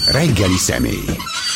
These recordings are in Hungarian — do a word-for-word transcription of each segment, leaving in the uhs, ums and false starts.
Reggeli személy.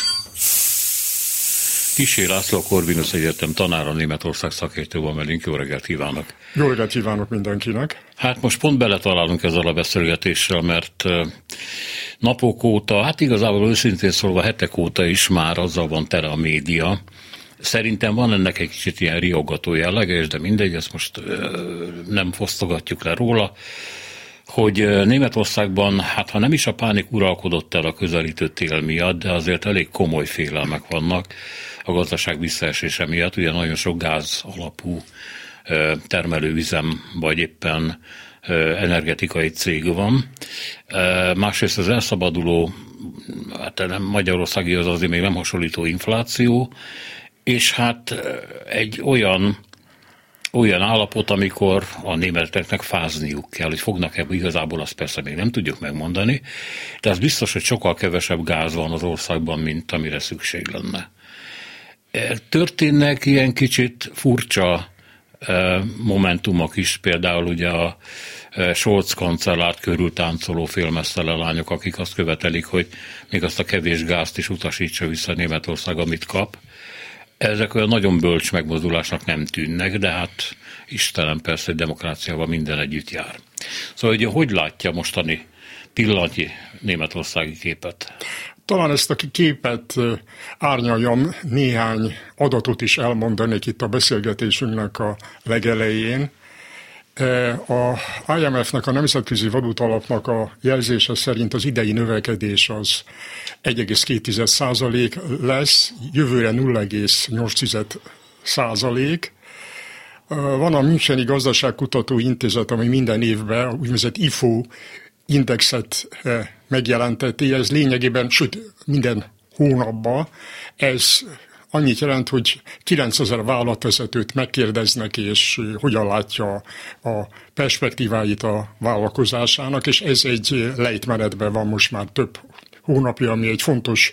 Kissé László, Corvinus Egyetem tanára, Németország szakértő van velünk. Jó reggelt kívánok! Jó reggelt kívánok mindenkinek! Hát most pont beletalálunk ezzel a beszélgetéssel, mert napok óta, hát igazából őszintén szólva hetek óta is már azzal van tele a média. Szerintem van ennek egy kicsit ilyen riogató jellege, de mindegy, ezt most nem fosztogatjuk le róla, hogy Németországban, hát ha nem is a pánik uralkodott el a közelítő tél miatt, de azért elég komoly félelmek vannak a gazdaság visszaesése miatt. Ugye nagyon sok gáz alapú termelőüzem, vagy éppen energetikai cég van. Másrészt az elszabaduló, hát nem magyarországi, az azért még nem hasonlító infláció, és hát egy olyan olyan állapot, amikor a németeknek fázniuk kell, hogy fognak ebből igazából, azt persze még nem tudjuk megmondani, de az biztos, hogy sokkal kevesebb gáz van az országban, mint amire szükség lenne. Történnek ilyen kicsit furcsa momentumok is, például ugye a Scholz kancellárt körül táncoló félmeztelen lányok, akik azt követelik, hogy még azt a kevés gázt is utasítsa vissza Németország, amit kap. Ezek olyan nagyon bölcs megmozdulásnak nem tűnnek, de hát Istenem, persze, hogy demokráciával minden együtt jár. Szóval, hogy hogy látja mostani pillanatnyi németországi képet? Talán ezt a képet árnyaljam, néhány adatot is elmondanék itt a beszélgetésünknek a legelején. A I M F-nek, a Nemzetközi Valutaalapnak a jelzése szerint az idei növekedés az egy egész két százalék lesz, jövőre nulla egész nyolc százalék. Van a Müncheni Gazdaságkutató Intézet, ami minden évben úgynevezett I F O indexet megjelenteti, ez lényegében, sőt minden hónapban, ez annyit jelent, hogy kilencezer vállalatvezetőt megkérdeznek, és hogyan látja a perspektíváit a vállalkozásának, és ez egy lejtmenetben van most már több hónapja, ami egy fontos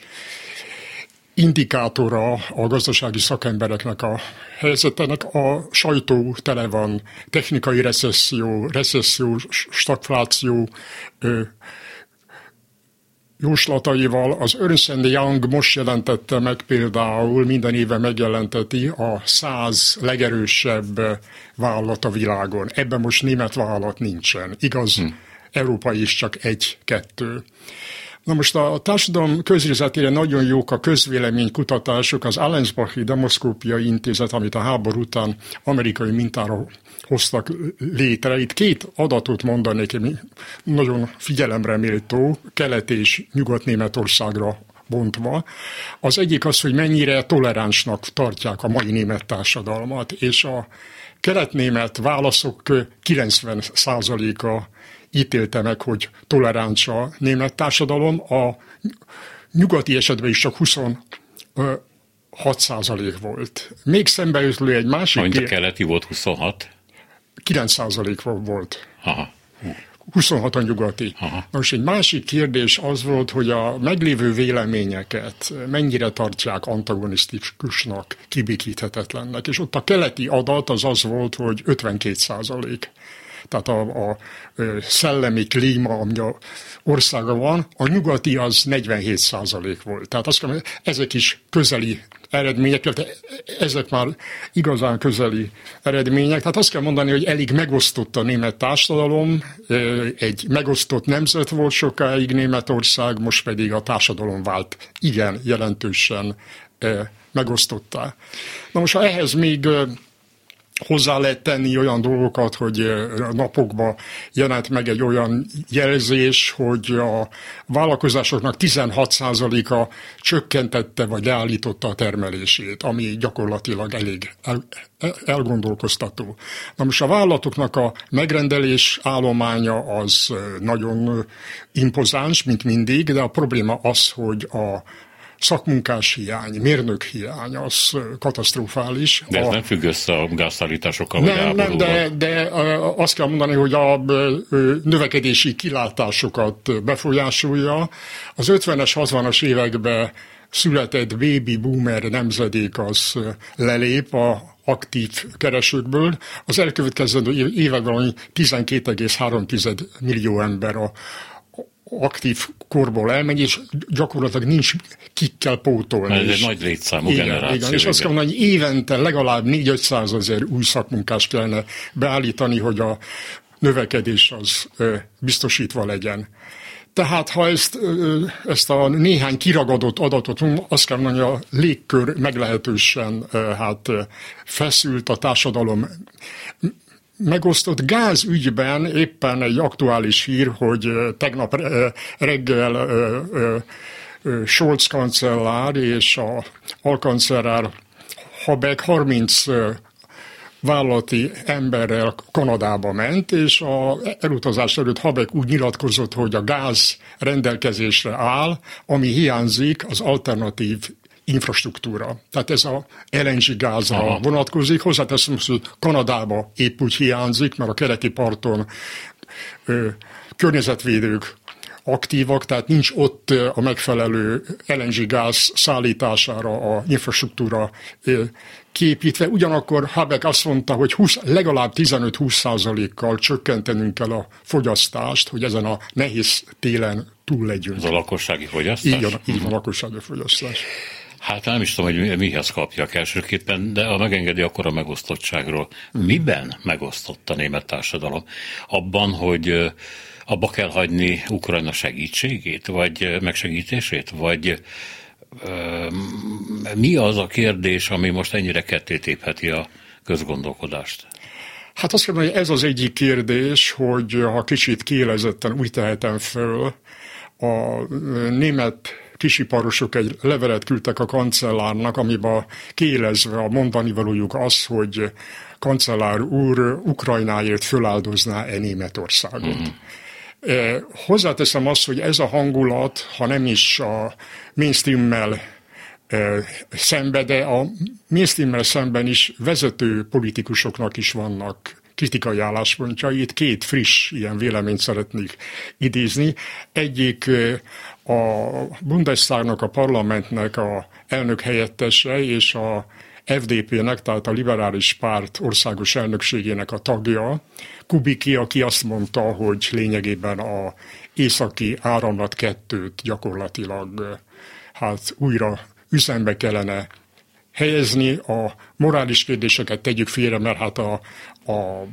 indikátora a gazdasági szakembereknek a helyzetének. A sajtó tele van technikai recesszió, recesszió, stagfláció jóslataival. Az Ernst and Young most jelentette meg például, minden éve megjelenteti a száz legerősebb vállalat a világon. Ebben most német vállalat nincsen. Igaz, hm. európai is csak egy-kettő. Na most a társadalom közérzetére nagyon jók a közvéleménykutatások, az Allensbachi Demoszkópiai Intézet, amit a háború után amerikai mintára hoztak létre. Itt két adatot mondanék, nagyon figyelemre méltó, Kelet- és Nyugat-Németországra bontva. Az egyik az, hogy mennyire toleránsnak tartják a mai német társadalmat, és a kelet-német válaszok kilencven százaléka ítélte meg, hogy toleráns a német társadalom, a nyugati esetben is csak huszonhat százalék volt. Még szembeütlő egy másik... Mint a keleti volt huszonhat? kilenc százalék volt. Aha. huszonhat a nyugati. Aha. Most egy másik kérdés az volt, hogy a meglévő véleményeket mennyire tartják antagonisztikusnak, kibékíthetetlennek. És ott a keleti adat az az volt, hogy ötvenkét százalék. Tehát a, a szellemi klíma, ami a országa van, a nyugati az negyvenhét százalék volt. Tehát azt mondom, ezek is közeli eredmények, ezek már igazán közeli eredmények. Tehát azt kell mondani, hogy elég megosztott a német társadalom, egy megosztott nemzet volt sokáig Németország, most pedig a társadalom vált igen jelentősen megosztottá. Na most, ha ehhez még hozzá lehet tenni olyan dolgokat, hogy napokban jelent meg egy olyan jelzés, hogy a vállalkozásoknak tizenhat százaléka csökkentette vagy leállította a termelését, ami gyakorlatilag elég el, elgondolkoztató. Na most a vállalatoknak a megrendelés állománya az nagyon impozáns, mint mindig, de a probléma az, hogy a szakmunkás hiány, mérnök hiány, az katasztrofális. De ez a... nem függ össze a gázszállításokkal, vagy nem, nem, de, de azt kell mondani, hogy a növekedési kilátásokat befolyásolja. Az ötvenes, hatvanas években született baby boomer nemzedék az lelép a aktív keresőkből. Az elkövetkező években tizenkét egész három millió ember a aktív korból elmegy, és gyakorlatilag nincs kikkel pótolni. Ez egy nagy létszámú igen, generáció. Igen, és azt kell mondani, hogy évente legalább négy-ötszázezer új szakmunkást kellene beállítani, hogy a növekedés az biztosítva legyen. Tehát ha ezt, ezt a néhány kiragadott adatot, azt kell mondani, hogy a légkör meglehetősen hát feszült, a társadalom megosztott. Gázügyben éppen egy aktuális hír, hogy tegnap reggel Scholz kancellár és a alkancellár Habeck harminc vállalati emberrel Kanadába ment, és a elutazás előtt Habeck úgy nyilatkozott, hogy a gáz rendelkezésre áll, ami hiányzik, az alternatív infrastruktúra. Tehát ez a el en gé gázra Aha. vonatkozik. Hozzáteszem, hogy Kanadába épp úgy hiányzik, mert a keleti parton ö, környezetvédők aktívak, tehát nincs ott a megfelelő el en gé gáz szállítására a infrastruktúra kiépítve. Ugyanakkor Habeck azt mondta, hogy húsz, legalább tizenöt-húsz százalékkal csökkentenünk kell a fogyasztást, hogy ezen a nehéz télen túl legyünk. Ez a lakossági fogyasztás? Így van, így van a lakossági fogyasztás. Hát nem is tudom, hogy mihez kapjak elsőképpen, de ha megengedi, akkor a megosztottságról. Miben megosztott a német társadalom? Abban, hogy abba kell hagyni Ukrajna segítségét, vagy megsegítését, vagy mi az a kérdés, ami most ennyire kettétépheti a közgondolkodást? Hát azt mondom, hogy ez az egyik kérdés, hogy ha kicsit kiélezetten úgy tehetem föl, a német kisiparosok egy levelet küldtek a kancellárnak, amiben kiélezve a mondani valójuk az, hogy kancellár úr Ukrajnáért föláldozná-e Németországot. Mm-hmm. Hozzáteszem azt, hogy ez a hangulat, ha nem is a mainstreammel szembe, de a mainstreammel szemben is vezető politikusoknak is vannak kritikai álláspontjai. Itt két friss ilyen véleményt szeretnék idézni. Egyik a Bundestagnak, a parlamentnek a elnök helyettese és a ef dé pének, tehát a liberális párt országos elnökségének a tagja, Kubicki, aki azt mondta, hogy lényegében a északi áramlat kettőt gyakorlatilag hát újra üzembe kellene helyezni, a morális kérdéseket tegyük félre, mert hát a, a, a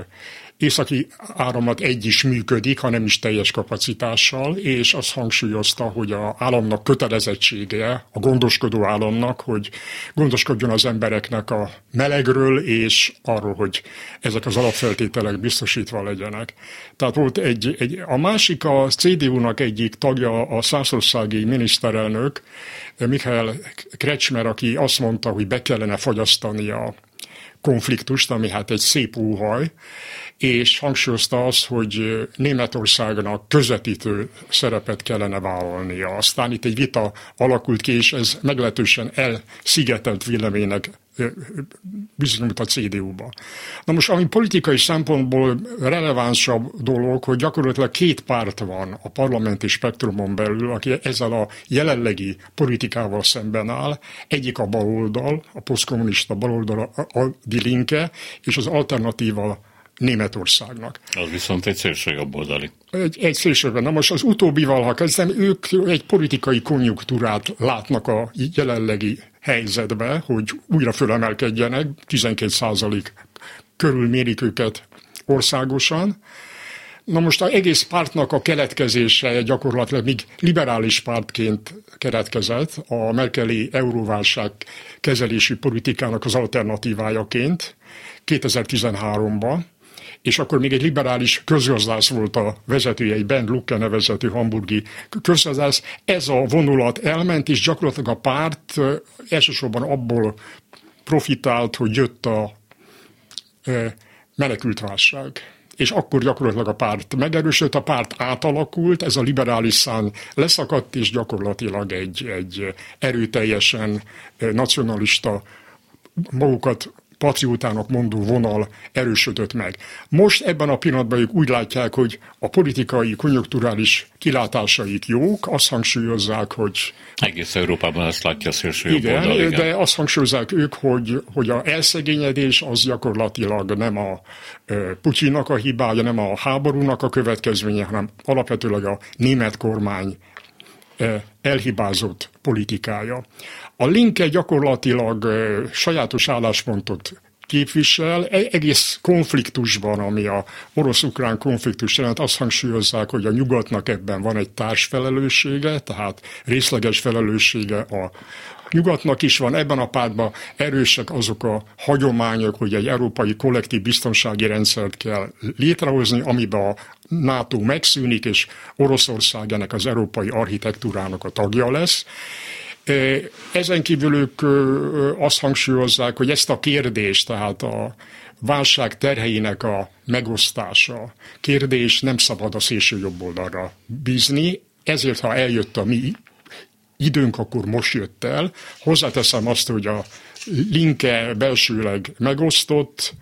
északi áramlat egy is működik, ha nem is teljes kapacitással, és azt hangsúlyozta, hogy az államnak kötelezettsége, a gondoskodó államnak, hogy gondoskodjon az embereknek a melegről, és arról, hogy ezek az alapfeltételek biztosítva legyenek. Tehát volt egy, egy a másik a cé dé u-nak egyik tagja, a szászországi miniszterelnök, Michael Kretschmer, aki azt mondta, hogy be kellene fagyasztani a konfliktust, ami hát egy szép óhaj, és hangsúlyozta azt, hogy Németországnak közvetítő szerepet kellene vállalnia. Aztán itt egy vita alakult ki, és ez meglehetősen elszigetelt véleménynek bizonyult a cé dé u-ba. Na most, ami politikai szempontból relevánsabb dolog, hogy gyakorlatilag két párt van a parlamenti spektrumon belül, aki ezzel a jelenlegi politikával szemben áll. Egyik a baloldal, a posztkommunista baloldal, a Die Linke, és az alternatíva Németországnak. Az viszont egy szélsőjobboldali. Egy, egy szélsőben. Na most az utóbbival, ha kezdem, ők egy politikai konjunktúrát látnak a jelenlegi helyzetbe, hogy újra fölemelkedjenek, tizenkét százalék körül mérik őket országosan. Na most az egész pártnak a keletkezése gyakorlatilag még liberális pártként keletkezett, a merkeli euróválság kezelési politikának az alternatívájaként kétezer-tizenháromban, és akkor még egy liberális közgazdász volt a vezetője, egy Ben Lucke nevezetű hamburgi közgazdász. Ez a vonulat elment, és gyakorlatilag a párt elsősorban abból profitált, hogy jött a menekültválság. És akkor gyakorlatilag a párt megerősödött, a párt átalakult, ez a liberális szán leszakadt, és gyakorlatilag egy, egy erőteljesen nacionalista, magukat patriótának mondó vonal erősödött meg. Most ebben a pillanatban ők úgy látják, hogy a politikai, konjunkturális kilátásaik jók, azt hangsúlyozzák, hogy... Egész Európában ezt látja a szélső igen, jobb oldal, igen, de azt hangsúlyozzák ők, hogy, hogy a elszegényedés az gyakorlatilag nem a Putyinnak a hibája, nem a háborúnak a következménye, hanem alapvetőleg a német kormány elhibázott politikája. A Linke gyakorlatilag sajátos álláspontot képvisel, egész konfliktusban, ami a orosz-ukrán konfliktus jelent, azt hangsúlyozzák, hogy a nyugatnak ebben van egy társfelelőssége, tehát részleges felelőssége a nyugatnak is van. Ebben a pártban erősek azok a hagyományok, hogy egy európai kollektív biztonsági rendszert kell létrehozni, amiben a NATO megszűnik, és Oroszország ennek az európai architektúrának a tagja lesz. Ezen kívül ők azt hangsúlyozzák, hogy ezt a kérdést, tehát a válság terheinek a megosztása kérdés nem szabad a szélső jobb oldalra bízni, ezért ha eljött a mi időnk, akkor most jött el. Hozzáteszem azt, hogy a Linke belsőleg megosztott,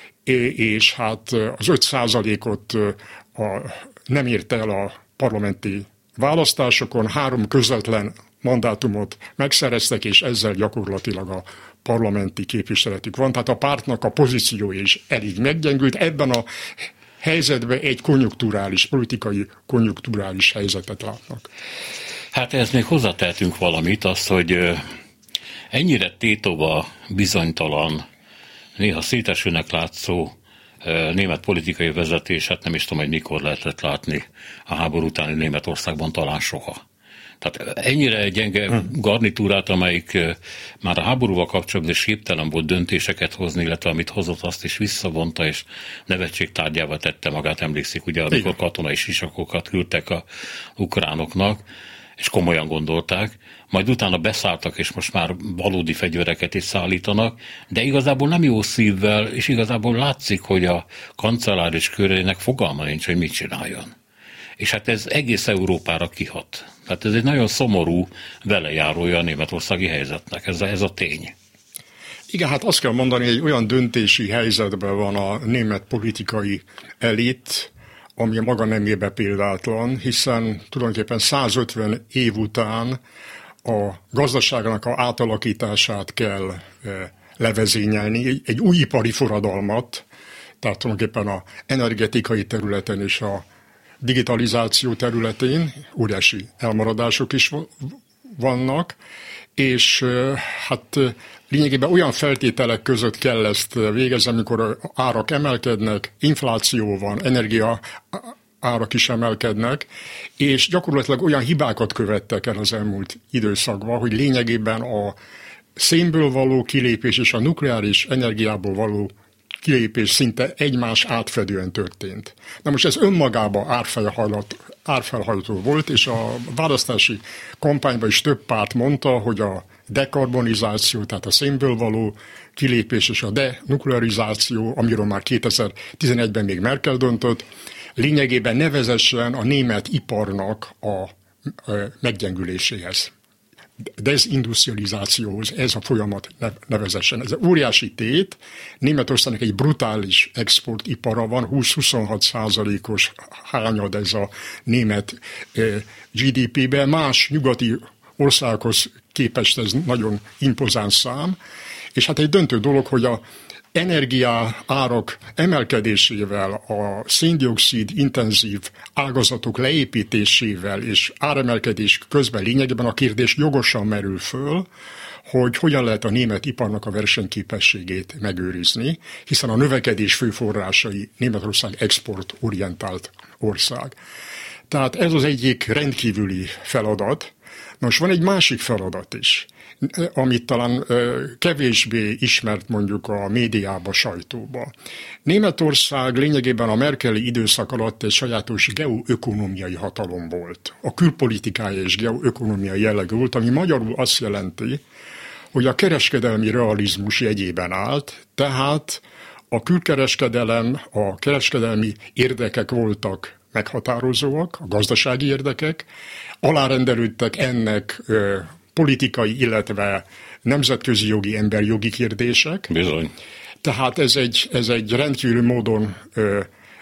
és hát az öt százalékot a, nem ért el a parlamenti választásokon, három közvetlen mandátumot megszereztek, és ezzel gyakorlatilag a parlamenti képviseletük van. Tehát a pártnak a pozíciója is elég meggyengült. Ebben a helyzetben egy konjunkturális, politikai konjunkturális helyzetet látnak. Hát ez még hozzátehetünk valamit, azt, hogy ennyire tétova, bizonytalan, néha szétesőnek látszó német politikai vezetés, hát nem is tudom, hogy mikor lehetett látni a háború utáni Németországban, talán soha. Tehát ennyire gyenge garnitúrát, amelyik már a háborúval kapcsolatban is képtelen volt döntéseket hozni, illetve amit hozott, azt is visszavonta, és nevetségtárgyává tette magát, emlékszik, ugye, amikor katonai sisakokat küldtek a ukránoknak, és komolyan gondolták, majd utána beszálltak, és most már valódi fegyvereket is szállítanak, de igazából nem jó szívvel, és igazából látszik, hogy a kancellár és körének fogalma nincs, hogy mit csináljon. És hát ez egész Európára kihat. Tehát ez egy nagyon szomorú velejárója a németországi helyzetnek, ez a, ez a tény. Igen, hát azt kell mondani, hogy olyan döntési helyzetben van a német politikai elit, ami a maga nemébe példátlan, hiszen tulajdonképpen százötven év után a gazdaságnak a átalakítását kell levezényelni, egy új ipari forradalmat, tehát tulajdonképpen az energetikai területen és a digitalizáció területén óriási elmaradások is vannak, és hát lényegében olyan feltételek között kell ezt végezni, amikor árak emelkednek, infláció van, energia árak is emelkednek, és gyakorlatilag olyan hibákat követtek el az elmúlt időszakban, hogy lényegében a szénből való kilépés és a nukleáris energiából való kilépés szinte egymás átfedően történt. Na most ez önmagában árfelhajtó volt, és a választási kampányban is több párt mondta, hogy a dekarbonizáció, tehát a szénből való kilépés és a denuklearizáció, amiről már kétezer-tizenegyben még Merkel döntött, lényegében ne vezessen a német iparnak a meggyengüléséhez. Dezindustrializációhoz ez a folyamat ne vezessen. Ez óriási tét. Németországnak egy brutális exportipara van, húsz-huszonhat százalékos hányad ez a német gé dé pé-ben. Más nyugati országhoz képest ez nagyon impozáns szám. És hát egy döntő dolog, hogy a energia árak emelkedésével, a széndioxid intenzív ágazatok leépítésével és áremelkedés közben lényegében a kérdés jogosan merül föl, hogy hogyan lehet a német iparnak a versenyképességét megőrizni, hiszen a növekedés fő forrásai Németország exportorientált ország. Tehát ez az egyik rendkívüli feladat. Most van egy másik feladat is, amit talán kevésbé ismert mondjuk a médiába, sajtóba. Németország lényegében a merkeli időszak alatt egy sajátos geoökonomiai hatalom volt. A külpolitikája és geoökonomiai jellegű volt, ami magyarul azt jelenti, hogy a kereskedelmi realizmus jegyében állt, tehát a külkereskedelem, a kereskedelmi érdekek voltak meghatározóak, a gazdasági érdekek, alárendelődtek ennek ö, politikai, illetve nemzetközi jogi, emberjogi kérdések. Bizony. Tehát ez egy, ez egy rendkívül módon, ö,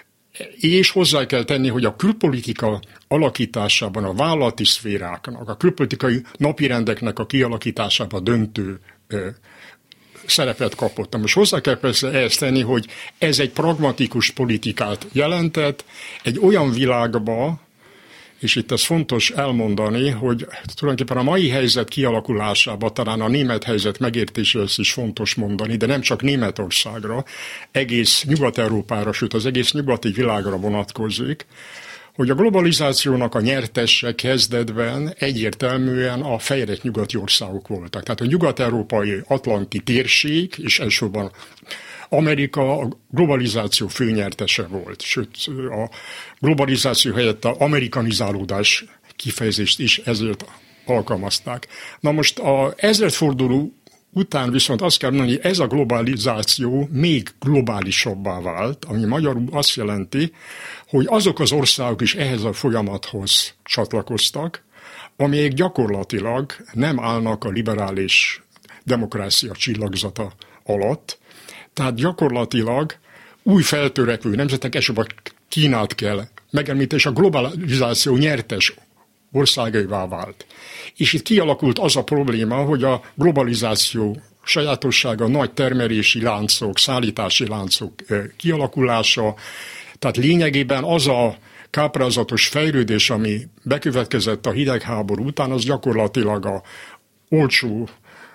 és hozzá kell tenni, hogy a külpolitika alakításában a vállalati szféráknak, a külpolitikai napirendeknek a kialakításában döntő ö, szerepet kapott. Most hozzá kell persze ehhez tenni, hogy ez egy pragmatikus politikát jelentett, egy olyan világba, és itt ez fontos elmondani, hogy tulajdonképpen a mai helyzet kialakulásában talán a német helyzet megértéséhez is fontos mondani, de nem csak Németországra, egész Nyugat-Európára, sőt az egész nyugati világra vonatkozik, hogy a globalizációnak a nyertese kezdetben egyértelműen a fejlett nyugati országok voltak. Tehát a nyugat-európai atlanti térség, és elsősorban Amerika a globalizáció főnyertese volt. Sőt, a globalizáció helyett a amerikanizálódás kifejezést is ezért alkalmazták. Na most a ezredforduló után viszont azt kell mondani, hogy ez a globalizáció még globálisabbá vált, ami magyarul azt jelenti, hogy azok az országok is ehhez a folyamathoz csatlakoztak, amelyek gyakorlatilag nem állnak a liberális demokrácia csillagzata alatt, tehát gyakorlatilag új feltörekvő nemzetek, esetleg Kínát kell megemlíteni, és a globalizáció nyertes országaivá vált. És itt kialakult az a probléma, hogy a globalizáció sajátossága nagy termelési láncok, szállítási láncok kialakulása, tehát lényegében az a káprázatos fejlődés, ami bekövetkezett a hidegháború után, az gyakorlatilag a olcsó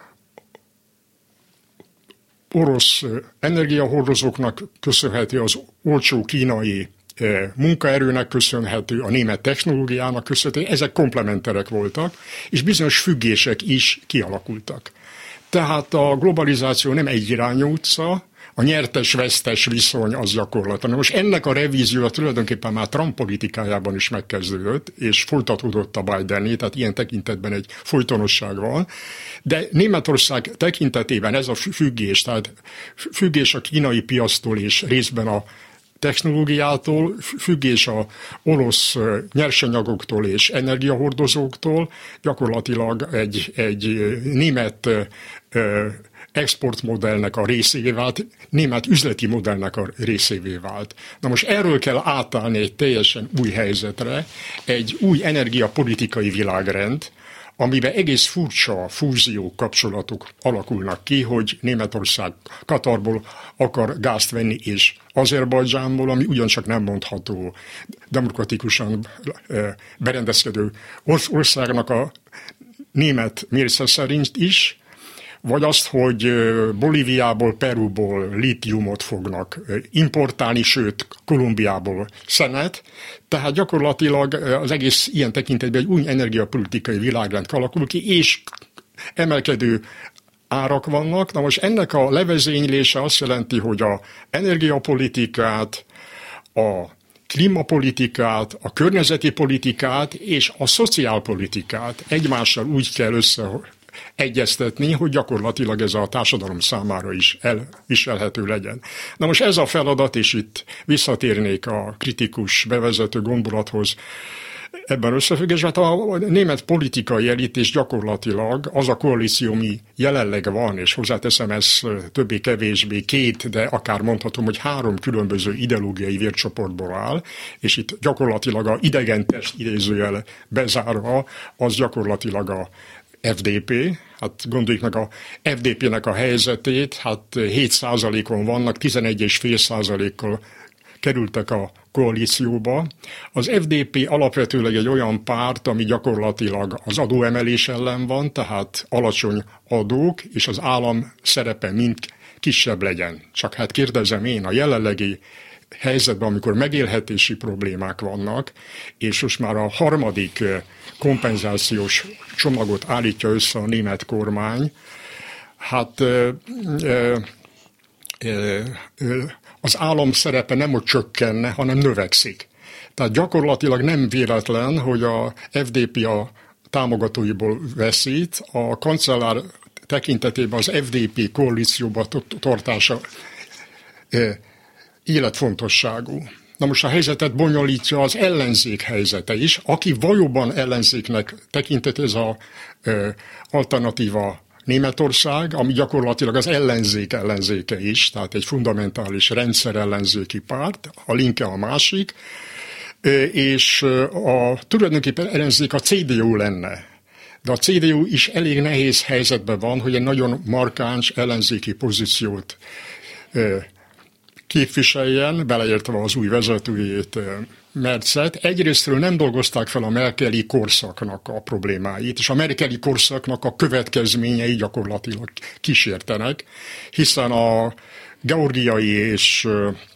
orosz energiahordozóknak köszönhető, az olcsó kínai munkaerőnek köszönhető, a német technológiának köszönhető, ezek komplementerek voltak, és bizonyos függések is kialakultak. Tehát a globalizáció nem egyirányú utca, a nyertes-vesztes viszony az gyakorlatilag. Most ennek a revíziója tulajdonképpen már Trump politikájában is megkezdődött, és folytatódott a Bideni, tehát ilyen tekintetben egy folytonosság van. De Németország tekintetében ez a függés, tehát függés a kínai piactól és részben a technológiától, függés a orosz nyersanyagoktól és energiahordozóktól, gyakorlatilag egy, egy német exportmodellnek a részévé vált, német üzleti modellnek a részévé vált. Na most erről kell átállni egy teljesen új helyzetre, egy új energiapolitikai világrend, amiben egész furcsa fúzió kapcsolatok alakulnak ki, hogy Németország Katarból akar gázt venni, és Azerbajdzsánból, ami ugyancsak nem mondható demokratikusan berendezkedő országnak a német mérce szerint is, vagy azt, hogy Bolíviából, Perúból lítiumot fognak importálni, sőt, Kolumbiából szenet. Tehát gyakorlatilag az egész ilyen tekintetben egy új energiapolitikai világrend alakul ki, és emelkedő árak vannak. Na most ennek a levezénylése azt jelenti, hogy a energiapolitikát, a klímapolitikát, a környezeti politikát és a szociálpolitikát egymással úgy kell össze egyeztetni, hogy gyakorlatilag ez a társadalom számára is elviselhető legyen. Na most ez a feladat, és itt visszatérnék a kritikus bevezető gondolathoz ebben összefüggésben, hát a német politikai elit és gyakorlatilag az a koalíció, ami jelenleg van, és hozzáteszem, ez többé-kevésbé két, de akár mondhatom, hogy három különböző ideológiai vércsoportból áll, és itt gyakorlatilag a idegen test idézőjel bezárva, az gyakorlatilag a ef dé pé, hát gondoljuk meg a ef dé pének a helyzetét, hát hét százalékon vannak, tizenegy egész öt százalékkal kerültek a koalícióba. Az ef dé pé alapvetőleg egy olyan párt, ami gyakorlatilag az adóemelés ellen van, tehát alacsony adók, és az állam szerepe mind kisebb legyen. Csak hát kérdezem én, a jelenlegi helyzetben, amikor megélhetési problémák vannak, és most már a harmadik kompenzációs csomagot állítja össze a német kormány, hát ö, ö, ö, az állam szerepe nem hogy csökkenne, hanem növekszik. Tehát gyakorlatilag nem véletlen, hogy a ef dé pé a támogatóiból veszít, a kancellár tekintetében az ef dé pé koalícióba tartása ö, életfontosságú. Na most a helyzetet bonyolítja az ellenzék helyzete is, aki valóban ellenzéknek tekintett, ez az alternatíva Németország, ami gyakorlatilag az ellenzék ellenzéke is, tehát egy fundamentális rendszer ellenzéki párt, a Linke a másik, és a tulajdonképpen ellenzék a cé dé u lenne. De a cé dé u is elég nehéz helyzetben van, hogy egy nagyon markáns ellenzéki pozíciót képviseljen, beleértve az új vezetőjét, Mercet. Egyrésztről nem dolgozták fel a merkeli korszaknak a problémáit, és a merkeli korszaknak a következményei gyakorlatilag kísértenek, hiszen a georgiai és,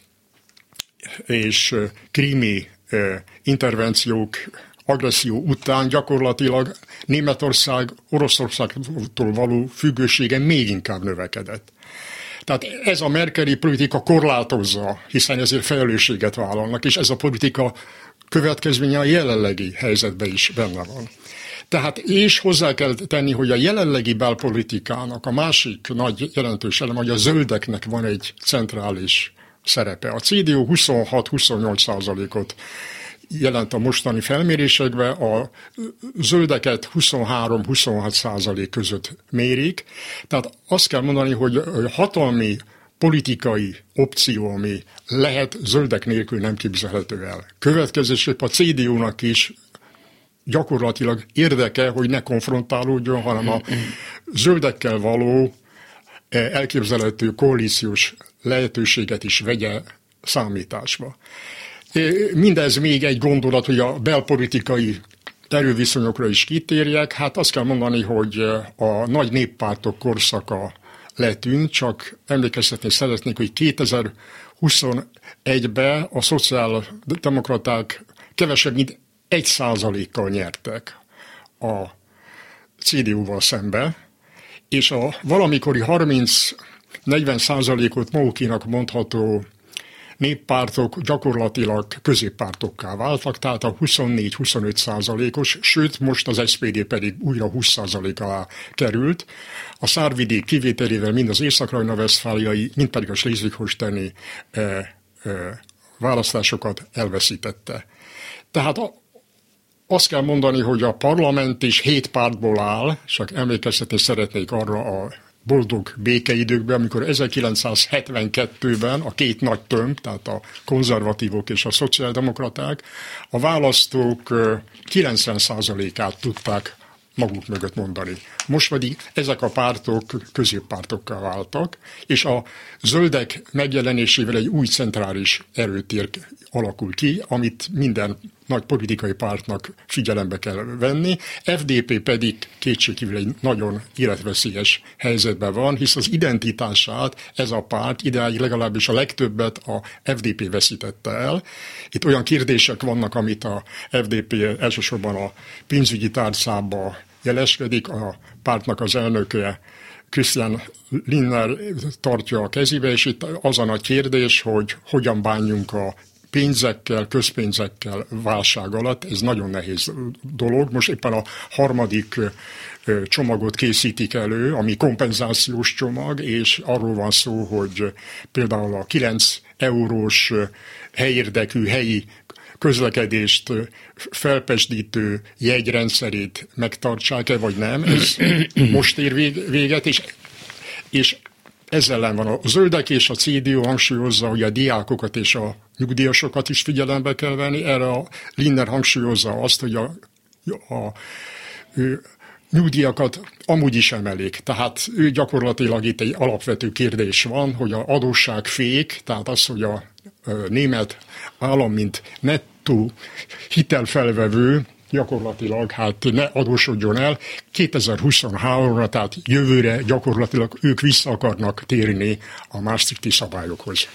és krími intervenciók, agresszió után gyakorlatilag Németország Oroszországtól való függősége még inkább növekedett. Tehát ez a merkeli politika korlátozza, hiszen ezért felelősséget vállalnak, és ez a politika következménye a jelenlegi helyzetben is benne van. Tehát és hozzá kell tenni, hogy a jelenlegi belpolitikának a másik nagy jelentős elem, hogy a zöldeknek van egy centrális szerepe. A cé dé u huszonhat-huszonnyolc százalékot jelent a mostani felmérésekben, a zöldeket huszonhárom-huszonhat százalék között mérik. Tehát azt kell mondani, hogy hatalmi politikai opció, ami lehet, zöldek nélkül nem képzelhető el. Következésképp a cé dé u-nak is gyakorlatilag érdeke, hogy ne konfrontálódjon, hanem a zöldekkel való elképzelhető koalíciós lehetőséget is vegye számításba. Mindez még egy gondolat, hogy a belpolitikai erőviszonyokra is kitérjek. Hát azt kell mondani, hogy a nagy néppártok korszaka letűnt, csak emlékeztetni szeretnék, hogy kétezer-huszonegyben a szociáldemokraták kevesebb, mint egy százalékkal nyertek a cé dé u-val szembe, és a valamikori harminc-negyven százalékot magukénak mondható néppártok gyakorlatilag középpártokká váltak, tehát a huszonnégy-huszonöt százalékos, sőt most az es pé dé pedig újra húsz százalék alá került. A Szárvidék kivételével mind az észak-rajna-vesztfáliai, mind pedig a schleswig-holsteini e, e, választásokat elveszítette. Tehát a, azt kell mondani, hogy a parlament is hét pártból áll, csak emlékeztetni szeretnék arra a boldog békeidőkben, amikor ezerkilencszázhetvenkettőben a két nagy tömb, tehát a konzervatívok és a szociáldemokraták a választók kilencven százalékát tudták maguk mögött mondani. Most pedig ezek a pártok középpártokká váltak, és a zöldek megjelenésével egy új centrális erőtér alakul ki, amit minden nagy politikai pártnak figyelembe kell venni. ef dé pé pedig kétségkívül egy nagyon életveszélyes helyzetben van, hisz az identitását ez a párt idáig legalábbis a legtöbbet a ef dé pé veszítette el. Itt olyan kérdések vannak, amit a ef dé pé elsősorban a pénzügyi tárcába jeleskedik, a pártnak az elnöke Christian Lindner tartja a kezébe, és itt az a nagy kérdés, hogy hogyan bánjunk a pénzekkel, közpénzekkel válság alatt. Ez nagyon nehéz dolog. Most éppen a harmadik csomagot készítik elő, ami kompenzációs csomag, és arról van szó, hogy például a kilenc eurós helyérdekű helyi közlekedést felpesdítő jegyrendszerét megtartsák-e, vagy nem. Ez most ér véget, és, és ezzel ellen van a zöldek, és a cé dé u hangsúlyozza, hogy a diákokat és a nyugdíjasokat is figyelembe kell venni. Erre a Lindner hangsúlyozza azt, hogy a, a, a nyugdíjakat amúgy is emelik. Tehát ő gyakorlatilag itt egy alapvető kérdés van, hogy a adósságfék, tehát az, hogy a, a német állam, mint nettó hitelfelvevő, gyakorlatilag hát ne adósodjon el. kétezer-huszonháromra, tehát jövőre gyakorlatilag ők vissza akarnak térni a Maastrichti szabályokhoz.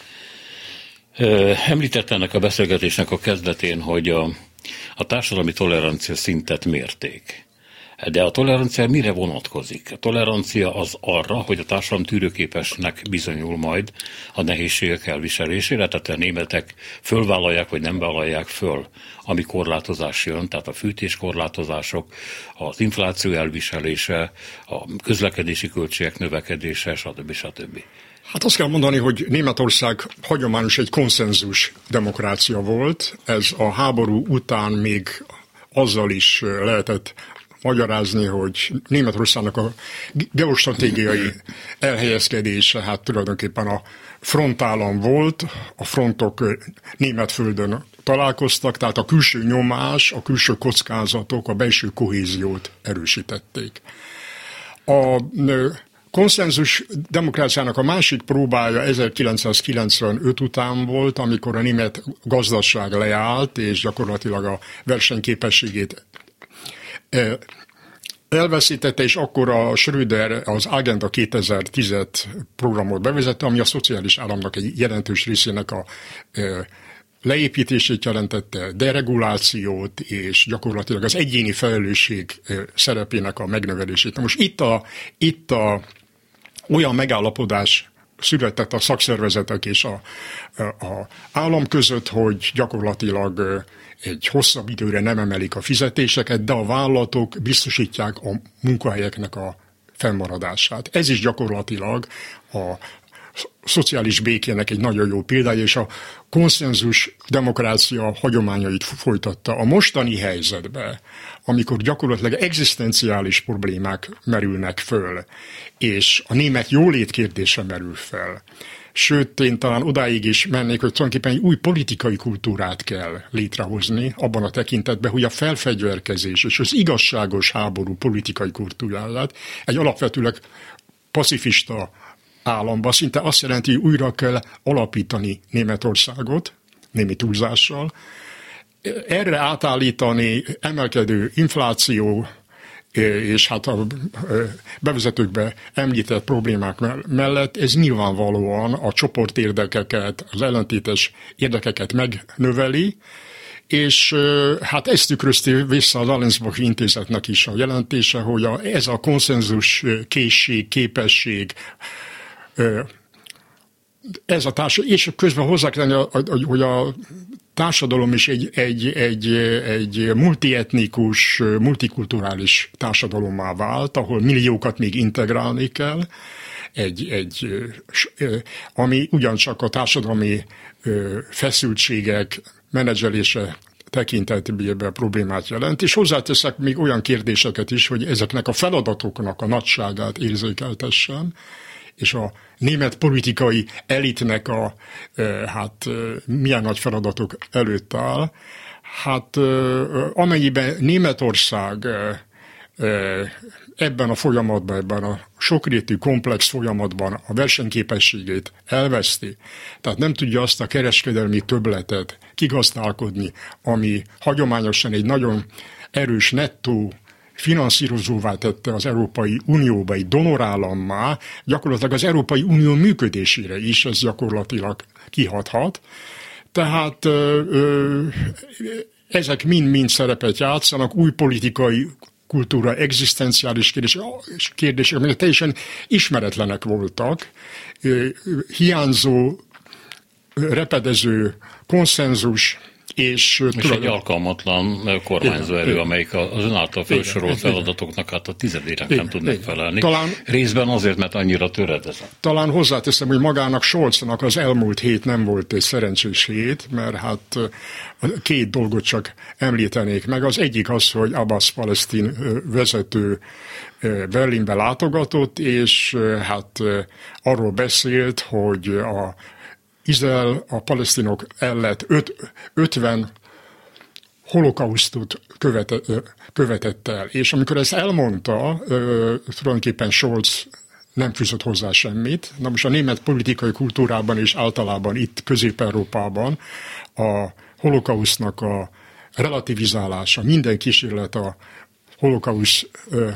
Említett ennek a beszélgetésnek a kezdetén, hogy a, a társadalmi tolerancia szintet mérték. De a tolerancia mire vonatkozik? A tolerancia az arra, hogy a társadalom tűrőképesnek bizonyul majd a nehézségek elviselésére, tehát a németek fölvállalják, vagy nem vállalják föl, ami korlátozás jön, tehát a fűtéskorlátozások, az infláció elviselése, a közlekedési költségek növekedése, stb. stb. Hát azt kell mondani, hogy Németország hagyományos egy konszenzus demokrácia volt. Ez a háború után még azzal is lehetett magyarázni, hogy Németországnak a geostratégiai elhelyezkedése hát tulajdonképpen a frontállam volt, a frontok német földön találkoztak, tehát a külső nyomás, a külső kockázatok a belső kohéziót erősítették. A konszenzus demokráciának a másik próbája ezerkilencszázkilencvenöt után volt, amikor a német gazdaság leállt, és gyakorlatilag a versenyképességét elveszítette, és akkor a Schröder az Agenda kétezer-tízet programot bevezette, ami a szociális államnak egy jelentős részének a leépítését jelentette, deregulációt, és gyakorlatilag az egyéni felelősség szerepének a megnövelését. Most itt a, itt a olyan megállapodás született a szakszervezetek és a, a állam között, hogy gyakorlatilag egy hosszabb időre nem emelik a fizetéseket, de a vállalatok biztosítják a munkahelyeknek a fennmaradását. Ez is gyakorlatilag a szociális békének egy nagyon jó példája, és a konszenzus demokrácia hagyományait folytatta. A mostani helyzetben, amikor gyakorlatilag egzisztenciális problémák merülnek föl, és a német jólét kérdése merül fel, sőt, én talán odáig is mennék, hogy tulajdonképpen egy új politikai kultúrát kell létrehozni abban a tekintetben, hogy a felfegyverkezés és az igazságos háború politikai kultúráját egy alapvetőleg pacifista államban szinte azt jelenti, hogy újra kell alapítani Németországot, némi túlzással, erre átállítani emelkedő infláció és hát a bevezetőkbe említett problémák mellett ez nyilvánvalóan a csoportérdekeket, az ellentétes érdekeket megnöveli, és hát ezt tükrözte vissza az Allensbach intézetnek is a jelentése, hogy a, ez a konszenzus készség, képesség, ez a társadalom, és közben hozzá kell tenni, hogy a társadalom is egy, egy, egy, egy multietnikus, multikulturális társadalommá vált, ahol milliókat még integrálni kell, egy, egy, ami ugyancsak a társadalmi feszültségek menedzselése tekintetében problémát jelent, és hozzáteszek még olyan kérdéseket is, hogy ezeknek a feladatoknak a nagyságát érzékeltessen, és a német politikai elitnek a, hát milyen nagy feladatok előtt áll. Hát amennyiben Németország ebben a folyamatban, ebben a sokrétű, komplex folyamatban a versenyképességét elveszti, tehát nem tudja azt a kereskedelmi többletet kigazdálkodni, ami hagyományosan egy nagyon erős nettó finanszírozóvá tette az Európai Unióba, egy donorállammá, gyakorlatilag az Európai Unió működésére is ez gyakorlatilag kihathat. Tehát ö, ö, ezek mind-mind szerepet játszanak, új politikai kultúra, egzisztenciális kérdések, kérdések, amelyek teljesen ismeretlenek voltak, hiányzó, repedező konszenzus, és, és egy alkalmatlan kormányzó erő, amelyik az ön által felsorolt feladatoknak hát a tizedére nem tud megfelelni. Talán, részben azért, mert annyira töredezett. Talán hozzáteszem, hogy magának Scholznak az elmúlt hét nem volt egy szerencsés hét, mert hát két dolgot csak említenék meg. Az egyik az, hogy Abbas palesztin vezető Berlinbe látogatott, és hát arról beszélt, hogy a Izrael a palesztinok ellett ötven holokausztot követett, követett el. És amikor ezt elmondta, tulajdonképpen Scholz nem fűzött hozzá semmit. Na most a német politikai kultúrában és általában itt Közép-Európában a holokausznak a relativizálása, minden kísérlet a holokausz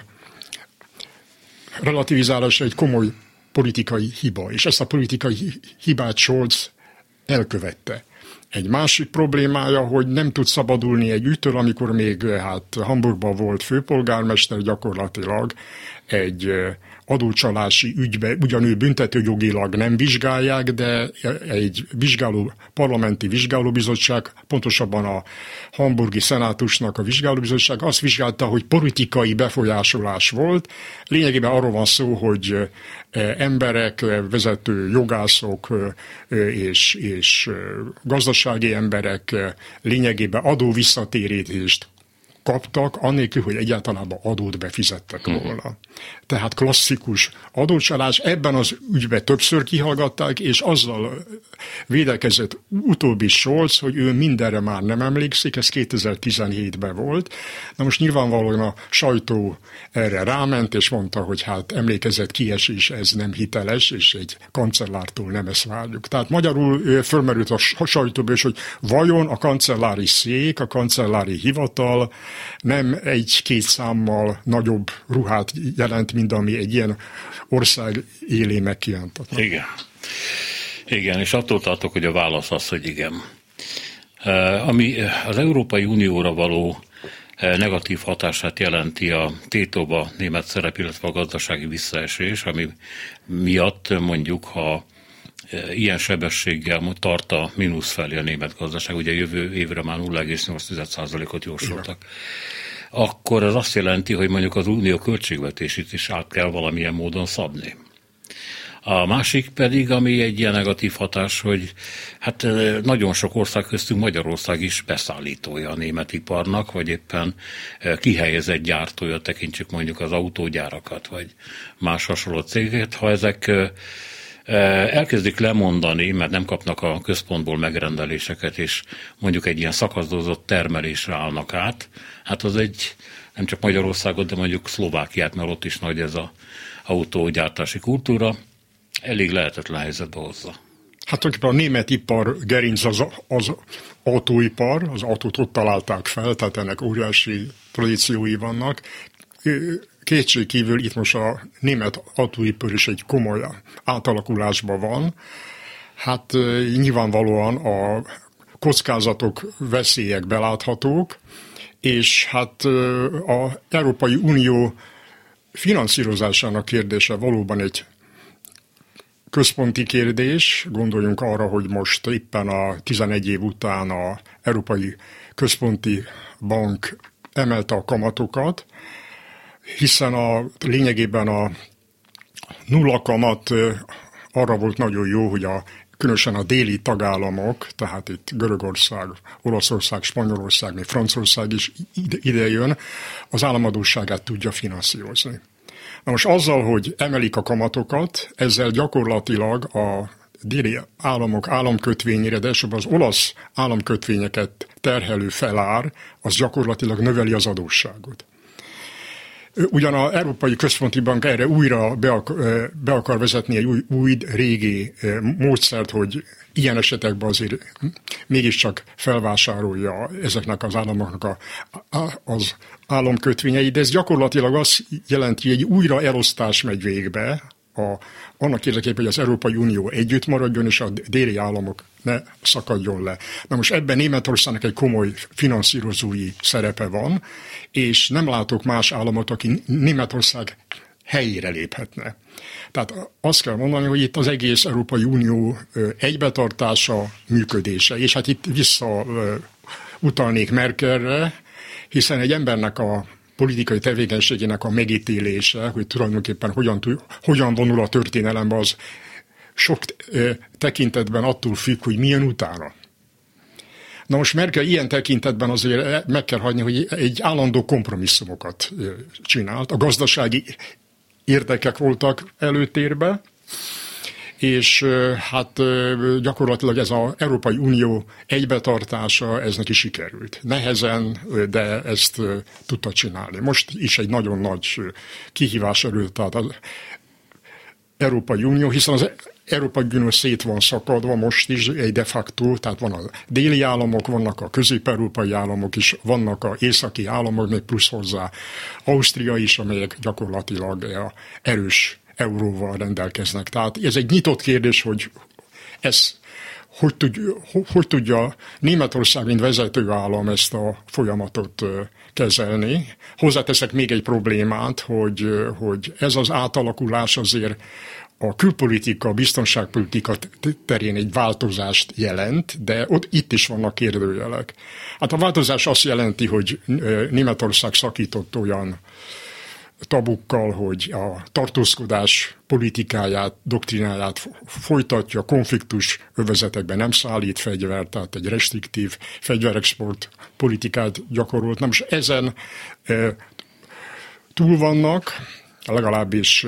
relativizálása egy komoly politikai hiba, és ezt a politikai hibát Scholz elkövette. Egy másik problémája, hogy nem tud szabadulni egy ügytől, amikor még hát Hamburgban volt főpolgármester, gyakorlatilag egy adócsalási ügybe, ugyanúgy büntetőjogilag nem vizsgálják, de egy vizsgáló, parlamenti vizsgálóbizottság, pontosabban a hamburgi szenátusnak a vizsgálóbizottság azt vizsgálta, hogy politikai befolyásolás volt. Lényegében arról van szó, hogy emberek, vezető jogászok és, és gazdasági emberek lényegében adóvisszatérítést kaptak, annélkül, hogy egyáltalán adót befizettek volna. Tehát klasszikus adócsalás, ebben az ügyben többször kihallgatták, és azzal védekezett utóbbi Scholz, hogy ő mindenre már nem emlékszik, ez kétezer-tizenhétben volt. Na most nyilvánvalóan a sajtó erre ráment, és mondta, hogy hát emlékezett kiesés, ez nem hiteles, és egy kancellártól nem ezt várjuk. Tehát magyarul fölmerült a sajtóba is, hogy vajon a kancellári szék, a kancellári hivatal nem egy-két számmal nagyobb ruhát jelent, mint ami egy ilyen ország élén megkívántatnak. Igen. Igen, és attól tartok, hogy a válasz az, hogy igen. Ami az Európai Unióra való negatív hatását jelenti a tétóba német szerep, illetve a gazdasági visszaesés, ami miatt mondjuk, ha ilyen sebességgel tart a mínusz felé a német gazdaság, ugye jövő évre már nulla egész nyolc százalékot jósoltak, akkor ez azt jelenti, hogy mondjuk az unió költségvetését is át kell valamilyen módon szabni. A másik pedig, ami egy ilyen negatív hatás, hogy hát nagyon sok ország köztünk Magyarország is beszállítója a német iparnak, vagy éppen kihelyezett gyártója, tekintsük mondjuk az autógyárakat, vagy más hasonló cégeket. Ha ezek elkezdik lemondani, mert nem kapnak a központból megrendeléseket, és mondjuk egy ilyen szakaszdozott termelésre állnak át, hát az egy nem csak Magyarországot, de mondjuk Szlovákiát, mert ott is nagy ez az autógyártási kultúra, elég lehetetlen helyzetbe hozza. Hát tulajdonképpen a német ipar gerinc az, az autóipar, az autót ott találták fel, tehát ennek óriási tradíciói vannak. Kétség kívül itt most a német autóipar is egy komoly átalakulásban van. Hát nyilvánvalóan a kockázatok, veszélyek beláthatók, és hát az Európai Unió finanszírozásának kérdése valóban egy központi kérdés. Gondoljunk arra, hogy most éppen a tizenegy év után az Európai Központi Bank emelte a kamatokat, hiszen a, lényegében a nulla kamat arra volt nagyon jó, hogy a, különösen a déli tagállamok, tehát itt Görögország, Olaszország, Spanyolország, még Franciaország is ide, ide jön, az államadósságát tudja finanszírozni. Na most azzal, hogy emelik a kamatokat, ezzel gyakorlatilag a déli államok államkötvényére, de elsőbb az olasz államkötvényeket terhelő felár, az gyakorlatilag növeli az adósságot. Ugyan az Európai Központi Bank erre újra be, akar, be akar vezetni egy új, új régi módszert, hogy ilyen esetekben azért mégiscsak felvásárolja ezeknek az államoknak a, az államkötvényeit, de ez gyakorlatilag azt jelenti, hogy egy újra elosztás megy végbe, a, annak érdekében, hogy az Európai Unió együtt maradjon, és a déli államok ne szakadjon le. Na most ebben Németországnak egy komoly finanszírozói szerepe van, és nem látok más államot, aki Németország helyére léphetne. Tehát azt kell mondani, hogy itt az egész Európai Unió egybetartása, működése, és hát itt vissza utalnék Merkelre, hiszen egy embernek a politikai tevékenységének a megítélése, hogy tulajdonképpen hogyan, hogyan vonul a történelembe, az sok tekintetben attól függ, hogy milyen utána. Na most Merkel ilyen tekintetben azért meg kell hagyni, hogy egy állandó kompromisszumokat csinált. A gazdasági érdekek voltak előtérbe, és hát gyakorlatilag ez az Európai Unió egybetartása, ez neki sikerült. Nehezen, de ezt tudta csinálni. Most is egy nagyon nagy kihívás előtt, tehát az Európai Unió, hiszen az Európai Unió szét van szakadva most is, egy de facto, tehát van a déli államok, vannak a közép-európai államok is, vannak az északi államok, még plusz hozzá Ausztria is, amelyek gyakorlatilag erős euróval rendelkeznek. Tehát ez egy nyitott kérdés, hogy ez hogy, tud, hogy tudja Németország, mint vezető állam ezt a folyamatot kezelni. Hozzáteszek még egy problémát, hogy, hogy ez az átalakulás azért a külpolitika, biztonságpolitika terén egy változást jelent, de ott itt is vannak kérdőjelek. Hát a változás azt jelenti, hogy Németország szakított olyan tabukkal, hogy a tartózkodás politikáját, doktrináját folytatja, konfliktus övezetekben nem szállít fegyvert, tehát egy restriktív fegyverexport politikát gyakorolt. Na most ezen e, túl vannak, legalábbis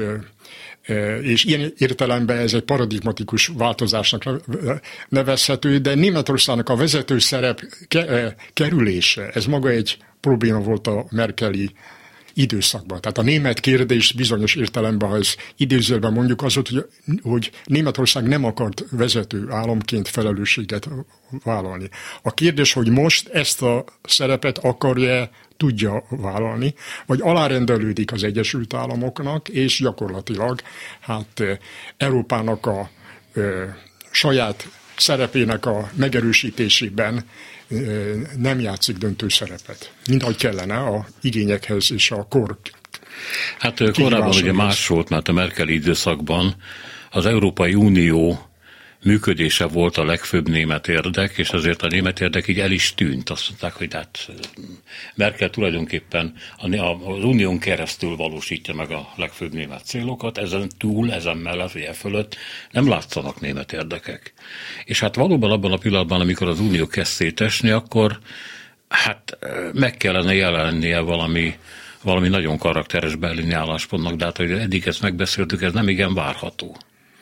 és ilyen értelemben ez egy paradigmatikus változásnak nevezhető, de Németországnak a vezető szerep kerülése, ez maga egy probléma volt a merkeli időszakban. Tehát a német kérdés bizonyos értelemben, ha ez idézőben mondjuk, az volt, hogy, hogy Németország nem akart vezető államként felelősséget vállalni. A kérdés, hogy most ezt a szerepet akarja, tudja vállalni, vagy alárendelődik az Egyesült Államoknak, és gyakorlatilag hát Európának a ö, saját szerepének a megerősítésében ö, nem játszik döntő szerepet, mint ahogy kellene a igényekhez és a kor. Hát korábban ugye más volt, mert a merkeli időszakban az Európai Unió működése volt a legfőbb német érdek, és azért a német érdek így el is tűnt. Azt mondták, hogy hát Merkel tulajdonképpen az unión keresztül valósítja meg a legfőbb német célokat, ezen túl, ezen mellett, vagy e fölött nem látszanak német érdekek. És hát valóban abban a pillanatban, amikor az unió kezd szétesni, akkor hát meg kellene jelennie valami, valami nagyon karakteres berlini álláspontnak, de hát, hogy eddig ezt megbeszéltük, ez nem igen várható.